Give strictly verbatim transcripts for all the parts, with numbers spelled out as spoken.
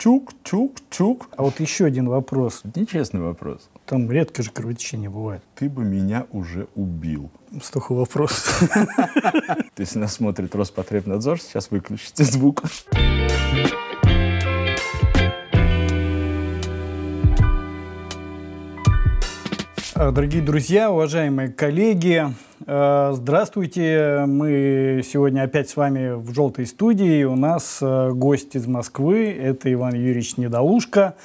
Тюк-тюк-тюк. А вот еще один вопрос. Нечестный вопрос. Там редко же кровотечение бывает. Ты бы меня уже убил. Столько вопросов. Если нас смотрит Роспотребнадзор, сейчас выключите звук. Дорогие друзья, уважаемые коллеги, здравствуйте. Мы сегодня опять с вами в «Желтой студии». У нас гость из Москвы. Это Иван Юрьевич Недолужко.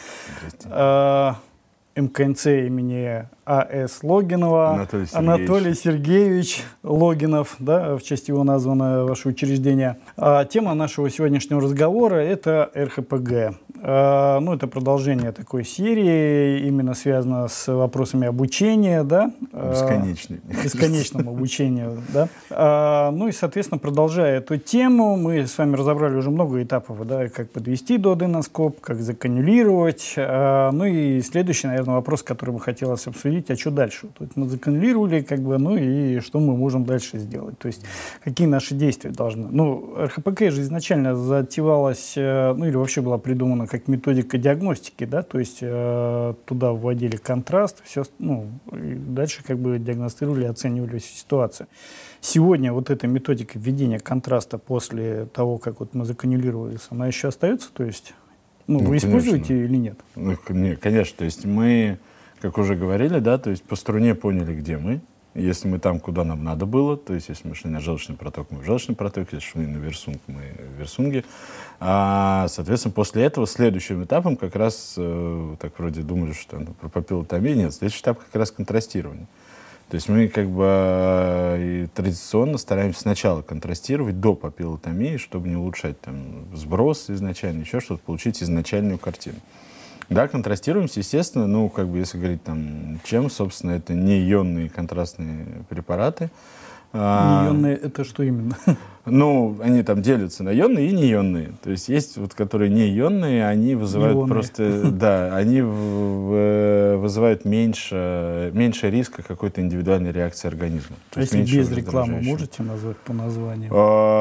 эм ка эн цэ имени А эс Логинова. Анатолий Сергеевич. Анатолий Сергеевич Логинов, да, в честь его названо ваше учреждение. А тема нашего сегодняшнего разговора – это эр ха пэ гэ. А, ну, это продолжение такой серии, именно связано с вопросами обучения, да. Бесконечный. А, бесконечном обучению, да. А, ну и, соответственно, продолжая эту тему, мы с вами разобрали уже много этапов, да, как подвести дуоденоскоп, как заканюлировать. А, ну и следующий, наверное, вопрос, который бы хотелось обсудить, а что дальше? То есть мы заканюлировали, как бы, ну и что мы можем дальше сделать? То есть какие наши действия должны? Ну, эр ха пэ гэ же изначально затевалась, ну или вообще была придумана как методика диагностики, да, то есть э, туда вводили контраст, все, ну, и дальше как бы диагностировали, оценивали всю ситуацию. Сегодня вот эта методика введения контраста после того, как вот мы заканюлировались, она еще остается, то есть, ну, ну вы используете или нет? Ну, конечно, то есть мы, как уже говорили, да, то есть по струне поняли, где мы. Если мы там, куда нам надо было, то есть если мы шли на желчный проток, мы в желчный проток, если шли на версунг, мы в версунге. А, соответственно, после этого следующим этапом как раз, э, так вроде думали, что ну, про папиллотомию, нет, следующий этап как раз контрастирование. То есть мы как бы э, традиционно стараемся сначала контрастировать до папиллотомии, чтобы не улучшать там сброс изначально, еще что-то, получить изначальную картину. Да, контрастируемся, естественно, ну, как бы, если говорить там, чем, собственно, это неионные контрастные препараты. Неионные — это что именно? Ну, они там делятся на ионные и неионные. То есть есть вот, которые неионные, они вызывают Ионные. просто, да, они вызывают меньше, меньше риска какой-то индивидуальной реакции организма. А если без рекламы можете назвать по названию?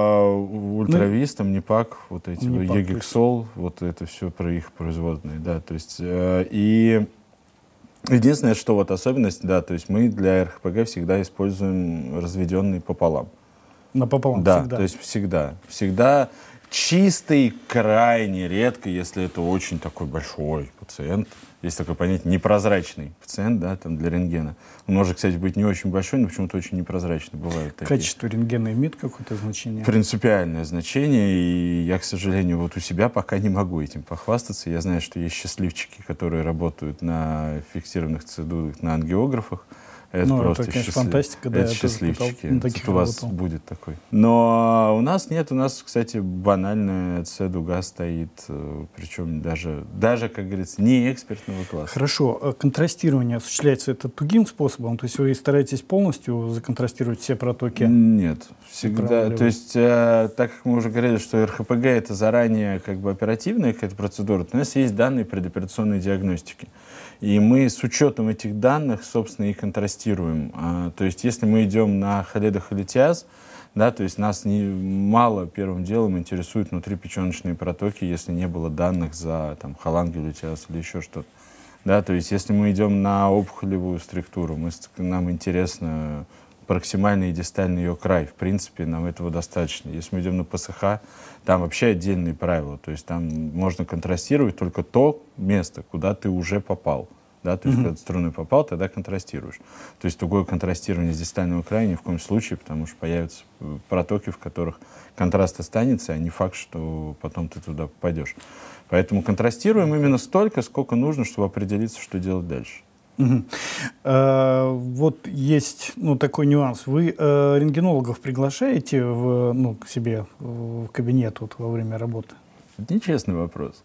Ультравиз, там, Непак, вот эти, Егексол, вот это все про их производные, да, то есть, и единственное, что вот особенность, да, то есть мы для эр ха пэ гэ всегда используем разведенный пополам. Напополам да, всегда? То есть всегда. Всегда чистый, крайне редко, если это очень такой большой пациент. Есть такое понятие непрозрачный пациент, да, там для рентгена. Он может, кстати, быть не очень большой, но почему-то очень непрозрачный. Бывает такие. Качество рентгена имеет какое-то значение? Принципиальное значение, и я, к сожалению, вот у себя пока не могу этим похвастаться. Я знаю, что есть счастливчики, которые работают на фиксированных цедулах, на ангиографах. Это ну, просто это, конечно, счастлив... фантастика, да. Это счастливчики. На таких у вас работал. будет такой. Но у нас нет, у нас, кстати, банальная С-дуга стоит, причем даже, даже, как говорится, не экспертного класса. Хорошо. Контрастирование осуществляется это тугим способом? То есть вы стараетесь полностью законтрастировать все протоки? Нет. Всегда. То есть, э, так как мы уже говорили, что эр ха пэ гэ это заранее как бы оперативная какая-то процедура, то у нас есть данные предоперационной диагностики. И мы с учетом этих данных, собственно, и контрастируем. А, то есть, если мы идем на холедохолитиаз, да, то есть нас не, мало первым делом интересуют внутрипеченочные протоки, если не было данных за там, холангиолитиаз или еще что-то. Да, то есть, если мы идем на опухолевую структуру, мы, нам интересно проксимальный и дистальный ее край. В принципе, нам этого достаточно. Если мы идем на пэ эс ха, там вообще отдельные правила. То есть там можно контрастировать только то место, куда ты уже попал. Да? То есть, mm-hmm. когда ты струной попал, тогда контрастируешь. То есть тугое контрастирование с дистального края ни в коем случае, потому что появятся протоки, в которых контраст останется, а не факт, что потом ты туда попадешь. Поэтому контрастируем именно столько, сколько нужно, чтобы определиться, что делать дальше. Угу. А, вот есть ну, такой нюанс. Вы э, рентгенологов приглашаете в, ну, к себе в кабинет вот, во время работы? Это нечестный вопрос.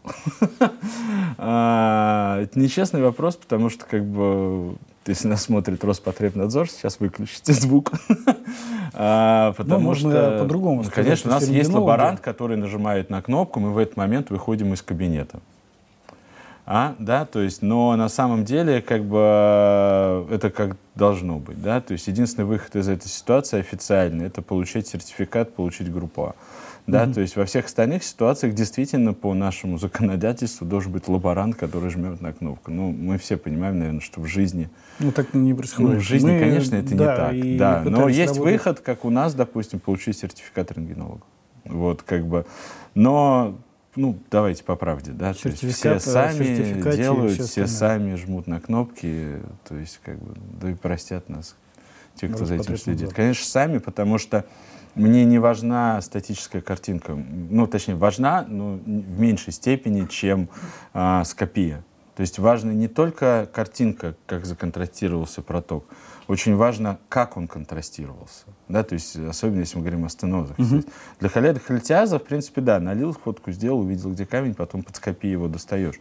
Это нечестный вопрос, потому что, как бы, если нас смотрит Роспотребнадзор, сейчас выключите звук. Потому можно по-другому сказать. Конечно, у нас есть лаборант, который нажимает на кнопку, мы в этот момент выходим из кабинета. А, да, то есть, но на самом деле, как бы, это как должно быть, да, то есть, единственный выход из этой ситуации официальный — это получить сертификат, получить группу А. Да, Мгм. то есть во всех остальных ситуациях действительно по нашему законодательству должен быть лаборант, который жмет на кнопку. Ну, мы все понимаем, наверное, что в жизни... Ну, так не происходит. Ну, в жизни, Мы, конечно, это да, не так. и Да, но пытались есть работать- выход, как у нас, допустим, получить сертификат рентгенолога. Вот, как бы. Но, ну, давайте по правде, да, то есть все Сертификат о сами сертификате и делают, всё все остальное. сами жмут на кнопки, то есть, как бы, да и простят нас те, кто за этим Роспотребнадзор. следит. Конечно, сами, потому что мне не важна статическая картинка. Ну, точнее, важна, но в меньшей степени, чем а, скопия. То есть важна не только картинка, как законтрастировался проток, очень важно, как он контрастировался. Да? То есть, особенно если мы говорим о стенозах. Мгм. Для холецитиаза, в принципе, да, налил, фотку сделал, увидел, где камень, потом под скопией его достаешь.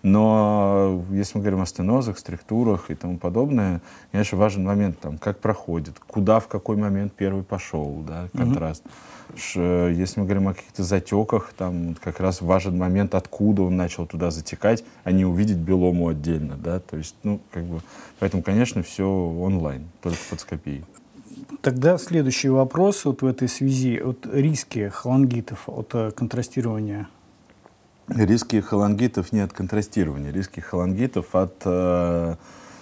Но если мы говорим о стенозах, структурах и тому подобное, конечно, важен момент, там, как проходит, куда, в какой момент первый пошел, да, контраст. Ш- Если мы говорим о каких-то затеках, там как раз важен момент, откуда он начал туда затекать, а не увидеть белому отдельно, да, то есть, ну, как бы, поэтому, конечно, все онлайн, только под скопией. Тогда следующий вопрос вот в этой связи. Вот риски холангитов от э, контрастирования. Риски холангитов не от контрастирования, риски холангитов от э,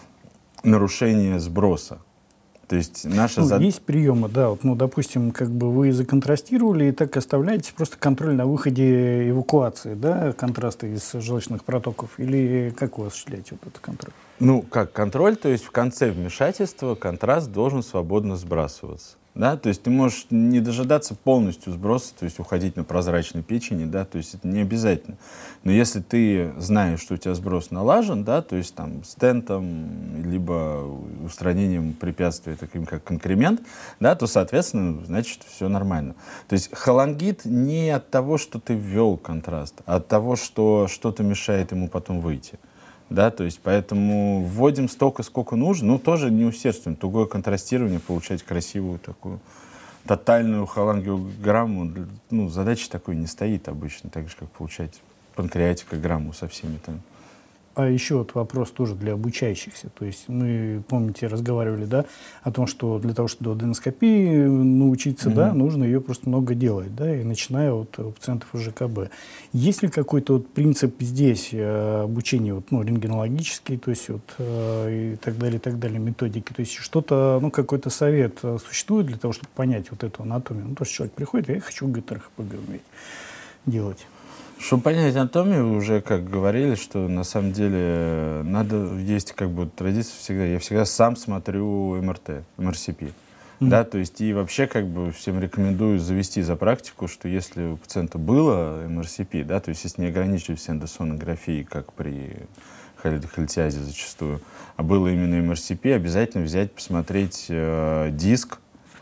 нарушения сброса. То есть наша Ну, зад- есть приемы, да, вот, ну, допустим, как бы вы законтрастировали и так оставляете просто контроль на выходе эвакуации, да, контраста из желчных протоков, или как вы осуществляете вот этот контроль? Ну, как контроль, то есть в конце вмешательства контраст должен свободно сбрасываться. Да? То есть ты можешь не дожидаться полностью сброса, то есть уходить на прозрачной печени, да, то есть это не обязательно. Но если ты знаешь, что у тебя сброс налажен, да, то есть там стентом, либо устранением препятствия, таким как конкремент, да, то, соответственно, значит, все нормально. То есть холангит не от того, что ты ввел контраст, а от того, что что-то мешает ему потом выйти. Да, то есть поэтому вводим столько, сколько нужно, но тоже не усердствуем. Тугое контрастирование, получать красивую такую тотальную холангиограмму, ну, задачи такой не стоит обычно, так же, как получать панкреатикограмму со всеми там. А еще вот вопрос тоже для обучающихся. То есть мы, помните, разговаривали, да, о том, что для того, чтобы аденоскопии научиться, Мгм. да, нужно ее просто много делать, да, и начиная от э, пациентов ЖКБ. Есть ли какой-то вот принцип здесь э, обучения, вот, ну, рентгенологический, то есть вот, э, и так далее, и так далее, методики? То есть что-то, ну, какой-то совет э, существует для того, чтобы понять вот эту анатомию? Ну, то есть человек приходит, я хочу, говорит, РХПГ уметь делать. Чтобы понять анатомию, уже как говорили, что на самом деле надо, есть как бы традиция всегда, я всегда сам смотрю МРТ, МРСП. Мгм. Да, то есть и вообще как бы всем рекомендую завести за практику, что если у пациента было МРСП, да, то есть если не ограничиваться эндосонографией, как при холецитиазе зачастую, а было именно МРСП, обязательно взять, посмотреть э, диск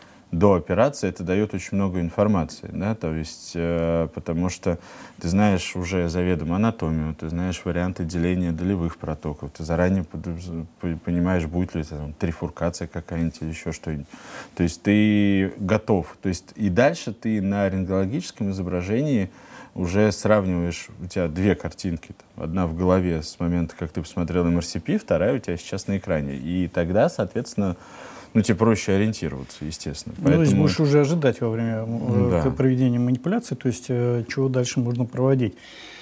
до операции. Это дает очень много информации, да, то есть, э, потому что ты знаешь уже заведомо анатомию, ты знаешь варианты деления долевых протоков, ты заранее под- понимаешь, будет ли это там трифуркация какая-нибудь или еще что-нибудь. То есть ты готов. То есть и дальше ты на рентгенологическом изображении уже сравниваешь, у тебя две картинки. Там, одна в голове с момента, как ты посмотрел МРСП, вторая у тебя сейчас на экране. И тогда, соответственно, ну, тебе проще ориентироваться, естественно. Ну, то есть Поэтому... будешь уже ожидать во время э, Да. проведения манипуляции, то есть э, чего дальше можно проводить.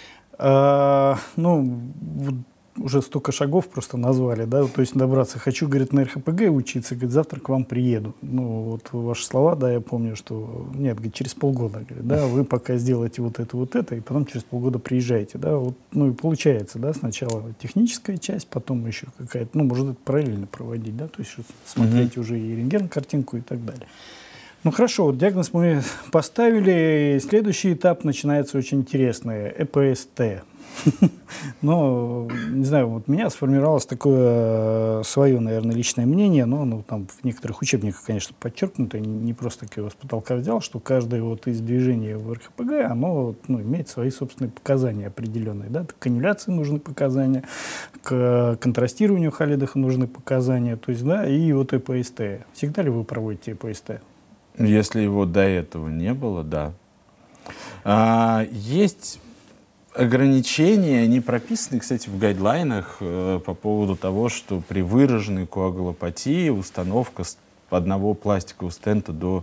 А, ну, вот уже столько шагов просто назвали, да, то есть добраться. Хочу, говорит, на РХПГ учиться, говорит, завтра к вам приеду. Ну, вот ваши слова, да, я помню, что, нет, говорит, через полгода, говорит, да, вы пока сделаете вот это, вот это, и потом через полгода приезжаете, да, вот, ну, и получается, да, сначала техническая часть, потом еще какая-то, ну, может, это параллельно проводить, да, то есть смотреть Мгм. уже и рентген-картинку и так далее. Ну, хорошо, вот диагноз мы поставили, и следующий этап начинается очень интересный, ЭПСТ. Но, не знаю, вот у меня сформировалось такое свое, наверное, личное мнение, но оно там в некоторых учебниках, конечно, подчеркнуто, не просто так я его с потолка взял, что каждое вот из движений в РХПГ, оно, ну, имеет свои собственные показания определенные, да, к канюляции нужны показания, к контрастированию холедоха нужны показания, то есть, да, и вот ЭПСТ. Всегда ли вы проводите ЭПСТ? Если его до этого не было, да. А, есть ограничения, они прописаны, кстати, в гайдлайнах э, по поводу того, что при выраженной коагулопатии установка с одного пластикового стента до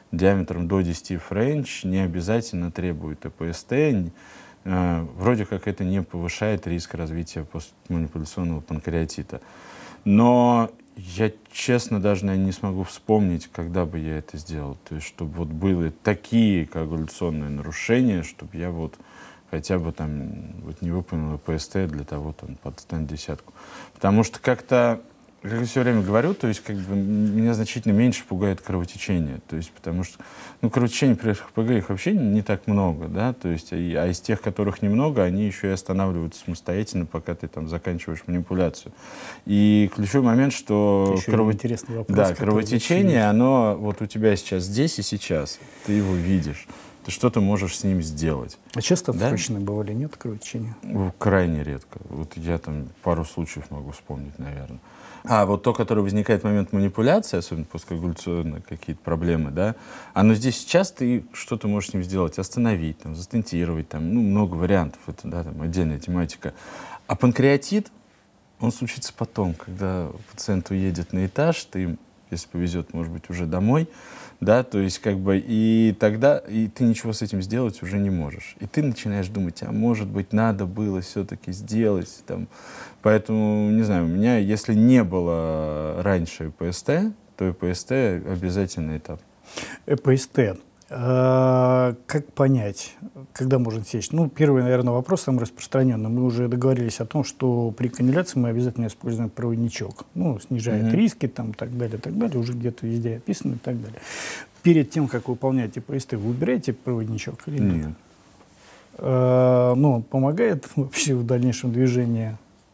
диаметром до десяти френч не обязательно требует ЭПСТ. Э, вроде как это не повышает риск развития постманипуляционного панкреатита. Но я, честно, даже наверное, не смогу вспомнить, когда бы я это сделал. То есть, чтобы вот были такие коагуляционные нарушения, чтобы я вот хотя бы там вот не выполнил ЭПСТ для того, там, подстань десятку. Потому что как-то, как я все время говорю, то есть как бы меня значительно меньше пугает кровотечение. То есть потому что, ну, кровотечений при РХПГ их вообще не так много, да, то есть, а, а из тех, которых немного, они еще и останавливаются самостоятельно, пока ты там заканчиваешь манипуляцию. И ключевой момент, что кров... интересный вопрос, да, кровотечение, оно вот у тебя сейчас здесь и сейчас, ты его видишь. Ты что-то можешь с ним сделать. А часто да? отсроченные бывали, нет кровотечения? Крайне редко. Вот я там пару случаев могу вспомнить, наверное. А вот то, которое возникает в момент манипуляции, особенно посткоагуляционные какие-то проблемы, да, оно здесь сейчас ты что-то можешь с ним сделать, остановить, там, застентировать, там, ну, много вариантов, это, да, там, отдельная тематика. А панкреатит, он случится потом, когда пациент уедет на этаж, ты, если повезет, может быть, уже домой, да, то есть как бы и тогда и ты ничего с этим сделать уже не можешь. И ты начинаешь думать, а может быть, надо было все-таки сделать. Там. Поэтому, не знаю, у меня, если не было раньше ЭПСТ, то ЭПСТ обязательный этап. ЭПСТ. А, как понять, когда можно сечь? Ну, первый, наверное, вопрос самый распространенный. Мы уже договорились о том, что при канюляции мы обязательно используем проводничок. Ну, снижает mm-hmm. риски, там, так далее, так далее. Уже где-то везде описано и так далее. Перед тем, как вы выполняете ЭПСТ, вы убираете проводничок или нет? Нет. А, ну, он помогает вообще в дальнейшем движении?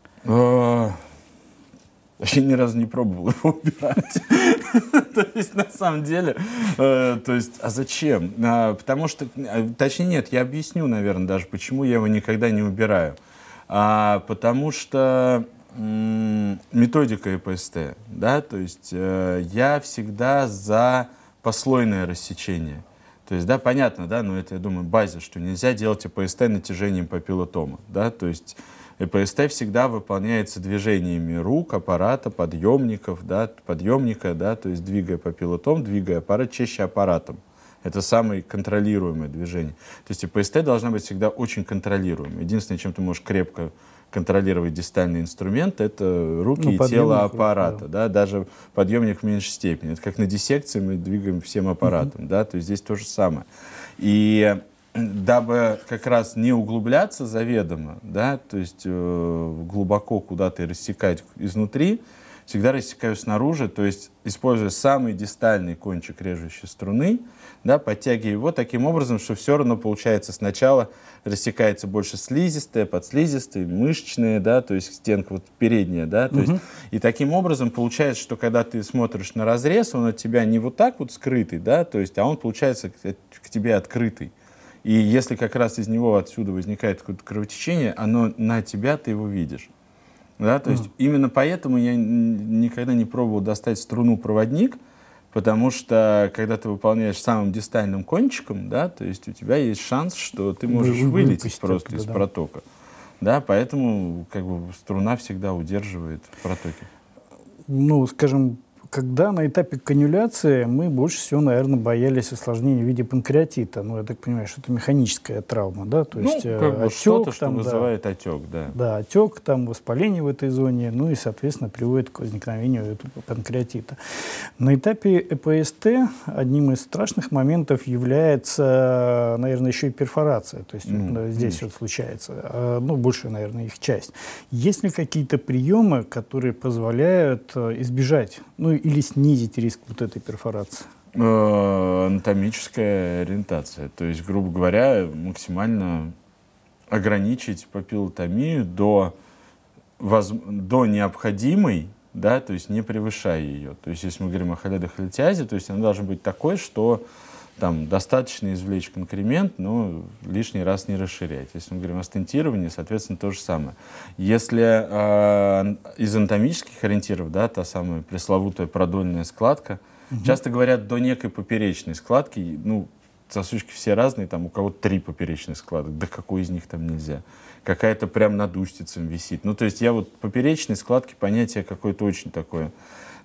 Я ни разу не пробовал его убирать. То есть, на самом деле, э, то есть, а зачем? А, потому что, точнее, нет, я объясню, наверное, даже, почему я его никогда не убираю. А, потому что м- методика ЭПСТ, да, то есть, э, я всегда за послойное рассечение. То есть, да, понятно, да, но это, я думаю, базис, что нельзя делать ЭПСТ натяжением папиллотома, да, то есть, ЭПСТ всегда выполняется движениями рук, аппарата, подъемников, да, подъемника, да, то есть двигая папиллотом, двигая аппарат, чаще аппаратом. Это самое контролируемое движение. То есть ЭПСТ должна быть всегда очень контролируемой. Единственное, чем ты можешь крепко контролировать дистальный инструмент, это руки ну, и тело аппарата, да. Да, даже подъемник в меньшей степени. Это как на диссекции мы двигаем всем аппаратом, uh-huh. да, то есть здесь то же самое. И дабы как раз не углубляться заведомо, да, то есть э, глубоко куда-то рассекать изнутри, всегда рассекаю снаружи, то есть используя самый дистальный кончик режущей струны, да, подтягивая его таким образом, что все равно получается сначала рассекается больше слизистая, подслизистая, мышечная, да, то есть стенка вот передняя, да, то угу. есть, и таким образом получается, что когда ты смотришь на разрез, он от тебя не вот так вот скрытый, да, то есть, а он получается к, к тебе открытый. И если как раз из него отсюда возникает какое-то кровотечение, оно на тебя, ты его видишь. Да? То mm. есть именно поэтому я никогда не пробовал достать струну-проводник, потому что когда ты выполняешь самым дистальным кончиком, да, то есть у тебя есть шанс, что ты можешь Вы, вылететь просто это, из да. протока. Да? Поэтому как бы, струна всегда удерживает в протоке. Ну, скажем, когда на этапе канюляции мы больше всего, наверное, боялись осложнений в виде панкреатита. Ну, я так понимаю, что это механическая травма, да? То есть, ну, как бы отек, что-то, что там, вызывает да, отек, да. Да, отек, там, воспаление в этой зоне, ну и, соответственно, приводит к возникновению панкреатита. На этапе ЭПСТ одним из страшных моментов является, наверное, еще и перфорация. То есть ну, вот, здесь вот случается, ну, большая, наверное, их часть. Есть ли какие-то приемы, которые позволяют избежать, ну, или снизить риск вот этой перфорации? Анатомическая ориентация. То есть, грубо говоря, максимально ограничить папиллотомию до, воз... до необходимой, да, то есть не превышая ее. То есть, если мы говорим о холедохолитиазе, то есть она должна быть такой, что там достаточно извлечь конкремент, но лишний раз не расширять. Если мы говорим о стентировании, соответственно, то же самое. Если э, из анатомических ориентиров, да, та самая пресловутая продольная складка, угу. часто говорят до некой поперечной складки, ну, сосудики все разные, там у кого-то три поперечных складок, да какой из них там нельзя? Какая-то прям над устицем висит. Ну, то есть я вот поперечной складки понятие какое-то очень такое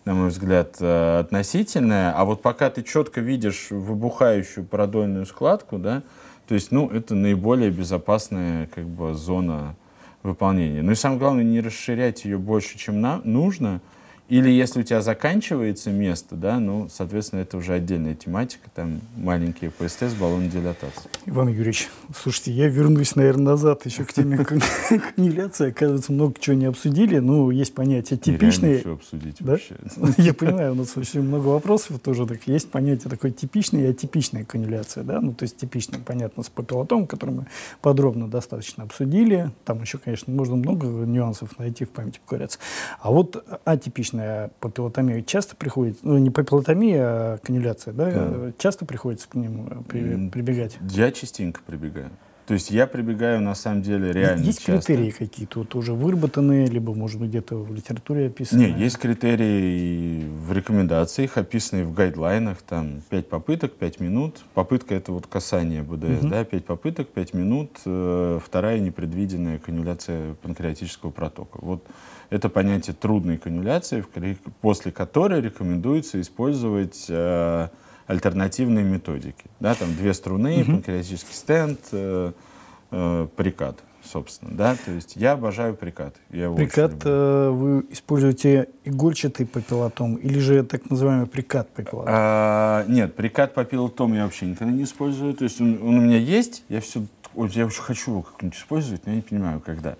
на мой взгляд, относительная. А вот пока ты четко видишь выбухающую парадойную складку, да, то есть, ну, это наиболее безопасная, как бы, зона выполнения. Ну и самое главное, не расширять ее больше, чем на, нужно. Или если у тебя заканчивается место, да, ну, соответственно, это уже отдельная тематика, там маленькие пэ эс тэ с баллоном дилатации. Иван Юрьевич, слушайте, я вернусь, наверное, назад еще к теме каннуляции. Оказывается, много чего не обсудили. Ну, есть понятие типичные. Все обсудить да? вообще. Я понимаю, у нас очень много вопросов тоже. Так, есть понятие такое типичная и атипичная каннуляция. Да? Ну, то есть типичная, понятно, с папиллотом, который мы подробно достаточно обсудили. Там еще, конечно, можно много нюансов найти в памяти покоряться. А вот атипичная папиллотомия часто приходит, ну, не папиллотомия, а каннуляция, да? Да. Часто приходится к нему при, прибегать? Я частенько прибегаю. То есть я прибегаю, на самом деле, реально есть часто. Есть критерии какие-то вот уже выработанные, либо, может быть, где-то в литературе описаны? Нет, есть критерии в рекомендациях, описанные в гайдлайнах, там, пять попыток, пять минут. Попытка — это вот касание бэ дэ эс, угу. да, пять попыток, пять минут. Э, вторая непредвиденная каннуляция панкреатического протока. Вот это понятие трудной каннуляции, после которой рекомендуется использовать э, альтернативные методики. Да, там две струны, mm-hmm. панкреатический стенд, э, э, прикат, собственно. Да? То есть я обожаю прикат. Я прикат э, вы используете игольчатый папиллотом или же так называемый прикат папиллотом? А, нет, прикат папиллотом я вообще никогда не использую. То есть он, он у меня есть, я все... Я очень хочу его как-нибудь использовать, но я не понимаю, когда.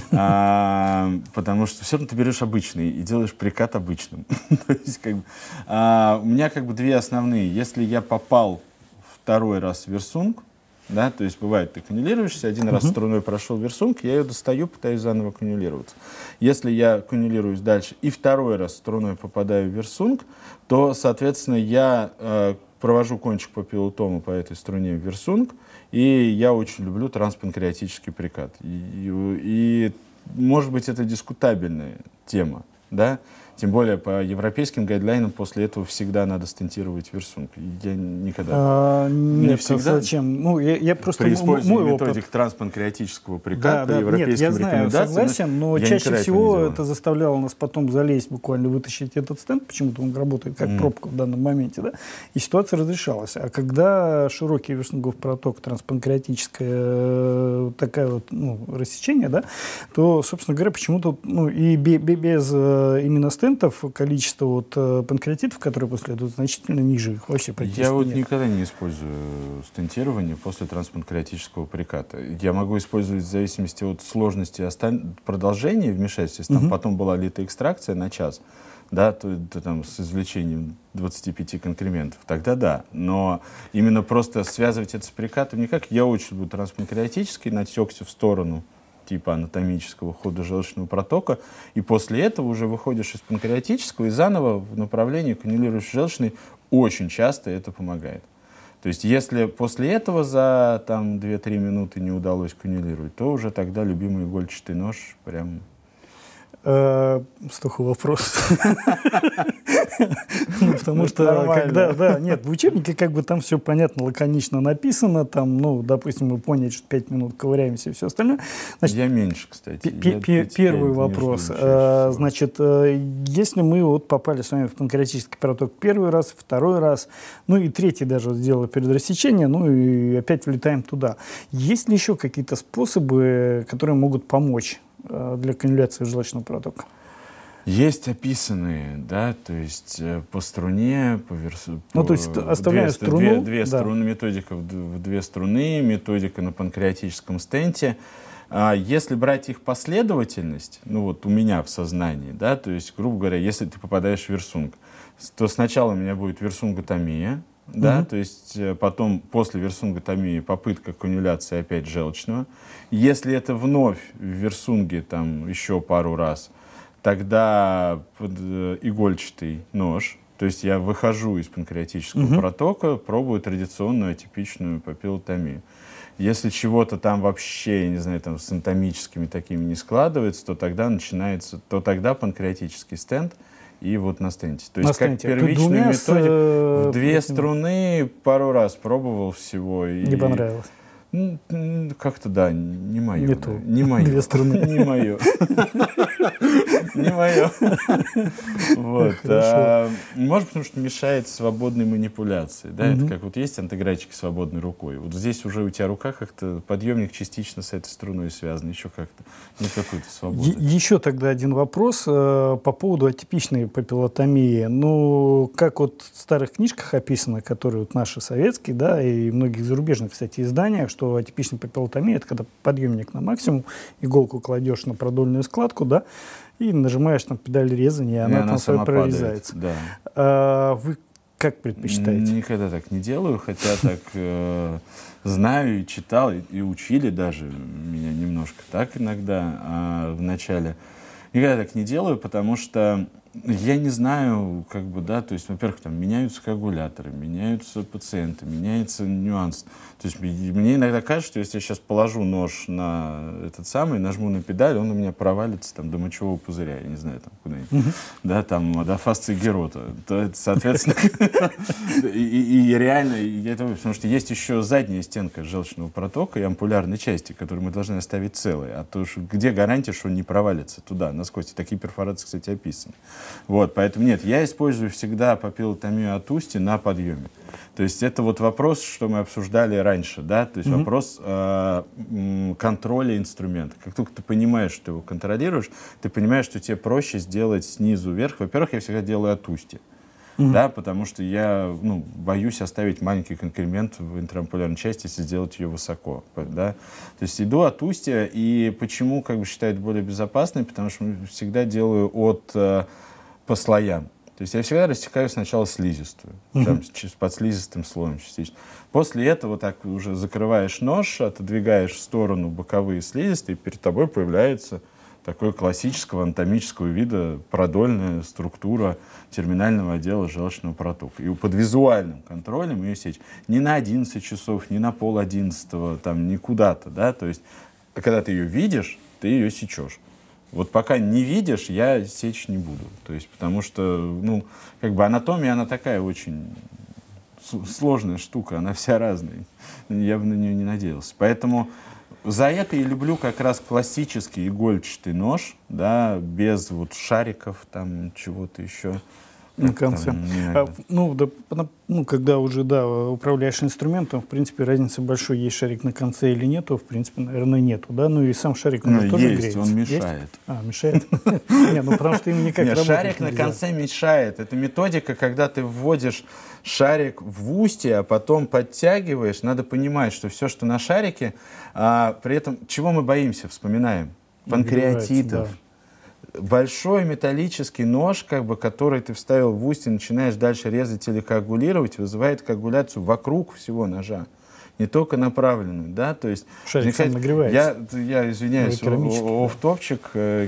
А, потому что все равно ты берешь обычный и делаешь прикат обычным. То есть, как бы, а, у меня как бы две основные. Если я попал второй раз в версунг, да, то есть бывает, ты каннулируешься, один раз струной прошел версунг, я ее достаю, пытаюсь заново каннулироваться. Если я каннулируюсь дальше и второй раз струной попадаю в версунг, то, соответственно, я э, провожу кончик папиллотома по этой струне в версунг, и я очень люблю транспанкреатический прикат. И, и, и, может быть, это дискутабельная тема, да? Тем более по европейским гайдлайнам после этого всегда надо стентировать версунг. Я никогда... А, не нет, всегда. Зачем? Ну, я, я просто... При использовании методик опыт... транспанкреатического приката, да, да, европейским нет, я знаю, рекомендациям... согласен, но чаще всего это заставляло нас потом залезть, буквально вытащить этот стенд, почему-то он работает как mm. пробка в данном моменте, да, и ситуация разрешалась. А когда широкий версунгов проток, транспанкреатическое такая вот, ну, рассечение, да, то, собственно говоря, почему-то, ну, и без именно стентов количество вот панкреатитов, которые после идут, значительно ниже, их вообще практически Я вот нет. никогда не использую стентирование после транспанкреатического приката. Я могу использовать в зависимости от сложности остан... продолжения вмешательства. Если там угу. потом была литоэкстракция на час, да, то, то там с извлечением двадцати пяти конкрементов, тогда да. Но именно просто связывать это с прикатом никак. Я очень люблю транспанкреатический, натекся в сторону типа анатомического хода желчного протока, и после этого уже выходишь из панкреатического и заново в направлении каннулируешь желчный. Очень часто это помогает. То есть если после этого за там, две-три минуты не удалось каннулировать, то уже тогда любимый игольчатый нож прям... Столько вопросов. Потому что, когда, да, нет, в учебнике как бы там все понятно, лаконично написано, там, ну, допустим, мы поняли, что пять минут ковыряемся и все остальное. Я меньше, кстати. Первый вопрос. Значит, если мы вот попали с вами в панкреатический проток первый раз, второй раз, ну и третий даже сделали перед рассечением, ну и опять влетаем туда. Есть ли еще какие-то способы, которые могут помочь для каннуляции желчного протока? Есть описанные, да, то есть по струне, по версу... Ну, то есть оставляя две, струну... Две, две да. струны, методика в две струны, методика на панкреатическом стенте. А если брать их последовательность, ну вот у меня в сознании, да, то есть, грубо говоря, если ты попадаешь в версунг, то сначала у меня будет версунготомия, да, угу. то есть потом после версунготомии попытка каннуляции опять желчного. Если это вновь в версунге там еще пару раз, тогда игольчатый нож, то есть я выхожу из панкреатического угу. протока, пробую традиционную атипичную папиллотомию. Если чего-то там вообще, я не знаю, там с анатомическими такими не складывается, то тогда начинается, то тогда панкреатический стенд. И вот на стенте. То на есть стенте. Как первичную методику. С... В две струны пару раз пробовал всего. Не и... понравилось. Как-то, да, не мое. Не да. то. Не мое. Две струны. Не мое. Не мое. Вот. А, может, потому что мешает свободной манипуляции. Да? Это как вот есть антиграфики свободной рукой. Вот здесь уже у тебя рука как-то, подъемник частично с этой струной связан, еще как-то. Нет какой-то свободы. Еще тогда один вопрос э, по поводу атипичной папиллотомии. Ну, как вот в старых книжках описано, которые вот наши советские, да, и многих зарубежных, кстати, изданиях, что атипичная папиллотомия — это когда подъемник на максимум, иголку кладешь на продольную складку, да, и нажимаешь там педаль резания, и она, она там сама прорезается. Да. А, вы как предпочитаете? Никогда так не делаю, хотя так э, знаю и читал, и, и учили даже меня немножко так иногда а, в начале. Никогда так не делаю, потому что я не знаю, как бы, да, то есть, во-первых, там меняются коагуляторы, меняются пациенты, меняется нюанс. То есть мне иногда кажется, что если я сейчас положу нож на этот самый, нажму на педаль, он у меня провалится там до мочевого пузыря, я не знаю, там куда-нибудь, mm-hmm. да, там до фасции Герота. То, соответственно, и реально, потому что есть еще задняя стенка желчного протока и ампулярной части, которую мы должны оставить целой. А то где гарантия, что он не провалится туда, насквозь? Такие перфорации, кстати, описаны. Вот, поэтому нет, я использую всегда папиллотомию от устья на подъеме. То есть это вот вопрос, что мы обсуждали раньше, да, то есть mm-hmm. вопрос э, контроля инструмента. Как только ты понимаешь, что ты его контролируешь, ты понимаешь, что тебе проще сделать снизу вверх. Во-первых, я всегда делаю от устья, mm-hmm. да, потому что я, ну, боюсь оставить маленький конкремент в интраампулярной части, если сделать ее высоко, да. То есть иду от устья, и почему, как бы, считаю это более безопасной, потому что всегда делаю от э, по слоям. То есть я всегда рассекаю сначала слизистую, uh-huh. там, под слизистым слоем частично. После этого так уже закрываешь нож, отодвигаешь в сторону боковые слизистые, и перед тобой появляется такое классического анатомического вида продольная структура терминального отдела желчного протока. И под визуальным контролем ее сечь не на одиннадцать часов, не на пол одиннадцатого, там, не куда-то, да, то есть когда ты ее видишь, ты ее сечешь. Вот пока не видишь, я сечь не буду. То есть, потому что, ну, как бы анатомия, она такая очень сложная штука, она вся разная. Я бы на нее не надеялся. Поэтому за это и люблю как раз классический игольчатый нож, да, без вот шариков, там, чего-то еще. На конце. Там, а, ну, да, ну, когда уже, да, управляешь инструментом, в принципе, разницы большой, есть шарик на конце или нету, в принципе, наверное, нету, да, ну и сам шарик ну, тоже есть, греется. Он мешает. Есть? А, мешает? Не, ну потому что им никак работать шарик на конце мешает. Это методика, когда ты вводишь шарик в устье, а потом подтягиваешь. Надо понимать, что все, что на шарике, при этом, чего мы боимся, вспоминаем? Панкреатитов. Большой металлический нож, как бы, который ты вставил в устье, начинаешь дальше резать или коагулировать, вызывает коагуляцию вокруг всего ножа, не только направленную, да, то есть... Шарик сам нагревается. Я, я извиняюсь, офф-топчик, э,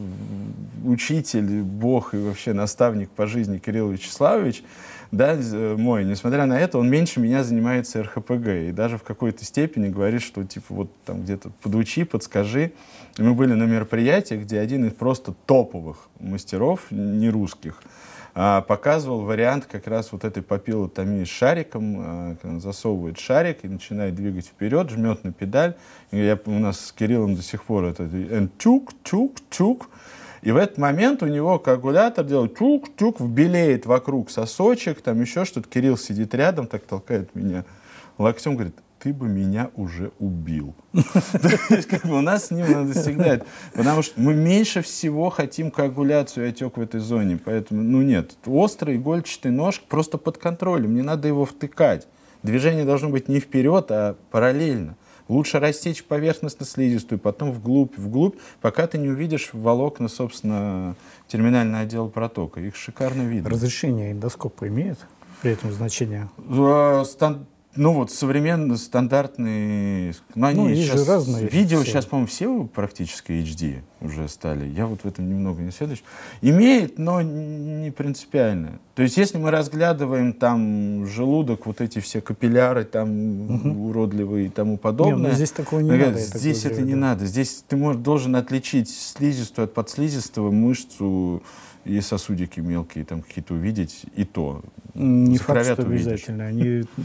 учитель, бог и вообще наставник по жизни Кирилл Вячеславович, да, мой, несмотря на это, он меньше меня занимается эр ха пэ гэ. И даже в какой-то степени говорит, что типа вот там где-то подучи, подскажи. И мы были на мероприятии, где один из просто топовых мастеров, не русских, показывал вариант как раз вот этой папиллотомии с шариком. Он засовывает шарик и начинает двигать вперед, жмет на педаль. И я, у нас с Кириллом до сих пор это тюк-тюк-тюк. И в этот момент у него коагулятор делает тюк-тюк, вбелеет вокруг сосочек, там еще что-то. Кирилл сидит рядом, так толкает меня локтем, говорит: ты бы меня уже убил. То есть, как бы, у нас с ним надо всегда, потому что мы меньше всего хотим коагуляцию и отек в этой зоне. Поэтому, ну нет, острый игольчатый нож просто под контролем, не надо его втыкать. Движение должно быть не вперед, а параллельно. Лучше рассечь поверхностно-слизистую, потом вглубь, вглубь, пока ты не увидишь волокна, собственно, терминального отдела протока. Их шикарно видно. Разрешение эндоскопа имеет при этом значение? Стан... Ну вот, современные, стандартные... Ну, они ну, сейчас... разные видео все. Сейчас, по-моему, все практически эйч ди уже стали. Я вот в этом немного не следующий. Имеет, но не принципиально. То есть, если мы разглядываем там желудок, вот эти все капилляры там угу. уродливые и тому подобное... Не, ну, здесь такого не говорят, надо. Здесь это делать, не да. надо. Здесь ты можешь, должен отличить слизистую от подслизистого, мышцу и сосудики мелкие там какие-то увидеть, и то. Не факт, что обязательно. Они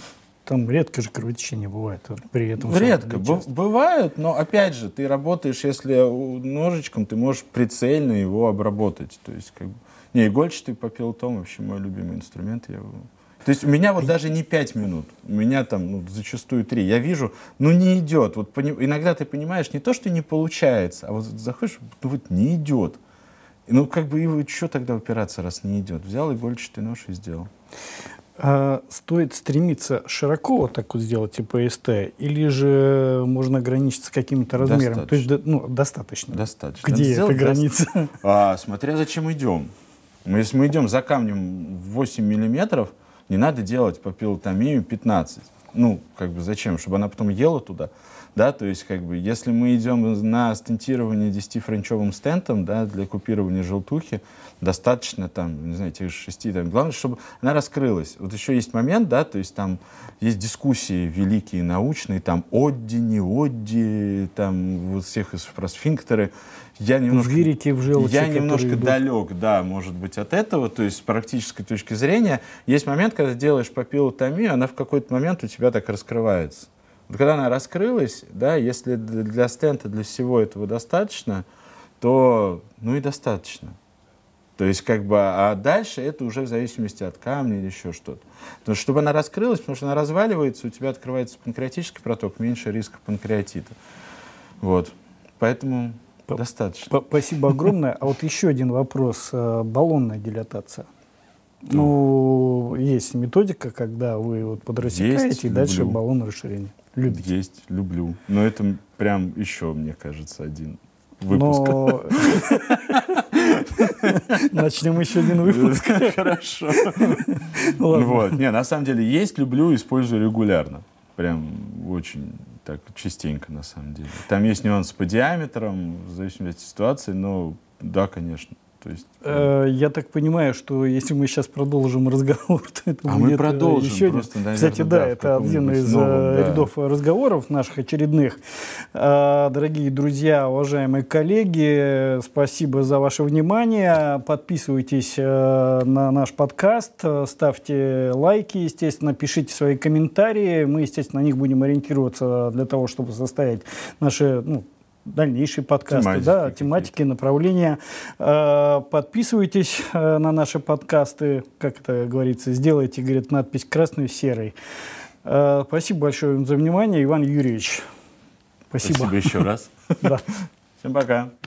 там редко же кровотечение бывает при этом. Редко. Бывают, но опять же, ты работаешь, если ножичком, ты можешь прицельно его обработать. То есть, как бы... Не, игольчатый папиллотом вообще мой любимый инструмент. Я... То есть у меня вот даже не пять минут, у меня там ну, зачастую три. Я вижу, ну не идет. Вот пони... Иногда ты понимаешь, не то, что не получается, а вот заходишь, ну вот не идет. Ну как бы и что тогда упираться, раз не идет? Взял игольчатый нож и сделал. А стоит стремиться широко вот так вот сделать типа СТ, или же можно ограничиться каким-то размером? То есть, ну, достаточно. Достаточно. Где эта граница? А, смотря зачем идем. Если мы идем за камнем восемь миллиметров, не надо делать папиллотомию пятнадцать. Ну, как бы зачем? Чтобы она потом ела туда. Да, то есть, как бы, если мы идем на стентирование десятифренчевым стентом, да, для купирования желтухи, достаточно там, не знаю, тех же шести, там, главное, чтобы она раскрылась. Вот еще есть момент, да, то есть там есть дискуссии великие научные, там, Одди, не Одди, там, вот всех про сфинктеры. Я немножко, в желчи, я немножко далек, да, может быть, от этого, то есть с практической точки зрения. Есть момент, когда делаешь папиллотомию, она в какой-то момент у тебя так раскрывается. Вот когда она раскрылась, да, если для стента, для всего этого достаточно, то, ну и достаточно. То есть, как бы, а дальше это уже в зависимости от камня или еще что-то. Потому что, чтобы она раскрылась, потому что она разваливается, у тебя открывается панкреатический проток, меньше риска панкреатита. Вот. Поэтому П- достаточно. Спасибо огромное. А вот еще один вопрос. Баллонная дилатация. Ну, есть методика, когда вы вот подрасекаете, есть, и дальше люблю. Баллон расширения. Любите? Есть, люблю. Но это прям еще, мне кажется, один выпуск. Но... Начнем еще один выпуск. Хорошо. Вот. Не, на самом деле есть, люблю, использую регулярно. Прям очень так частенько, на самом деле. Там есть нюансы по диаметрам, в зависимости от ситуации, но да, конечно. То есть, э, я так понимаю, что если мы сейчас продолжим разговор, то это а будет мы продолжим, еще просто, наверное, Кстати, да, да это один из новом, да. рядов разговоров наших очередных. Э, дорогие друзья, уважаемые коллеги, спасибо за ваше внимание. Подписывайтесь э, на наш подкаст, ставьте лайки, естественно, пишите свои комментарии. Мы, естественно, на них будем ориентироваться для того, чтобы составить наши... Ну, дальнейшие подкасты, тематики, да, тематики, направления. Подписывайтесь на наши подкасты, как это говорится, сделайте, говорит, надпись красной серой. Спасибо большое за внимание, Иван Юрьевич. Спасибо. Спасибо еще раз. Да. Всем пока.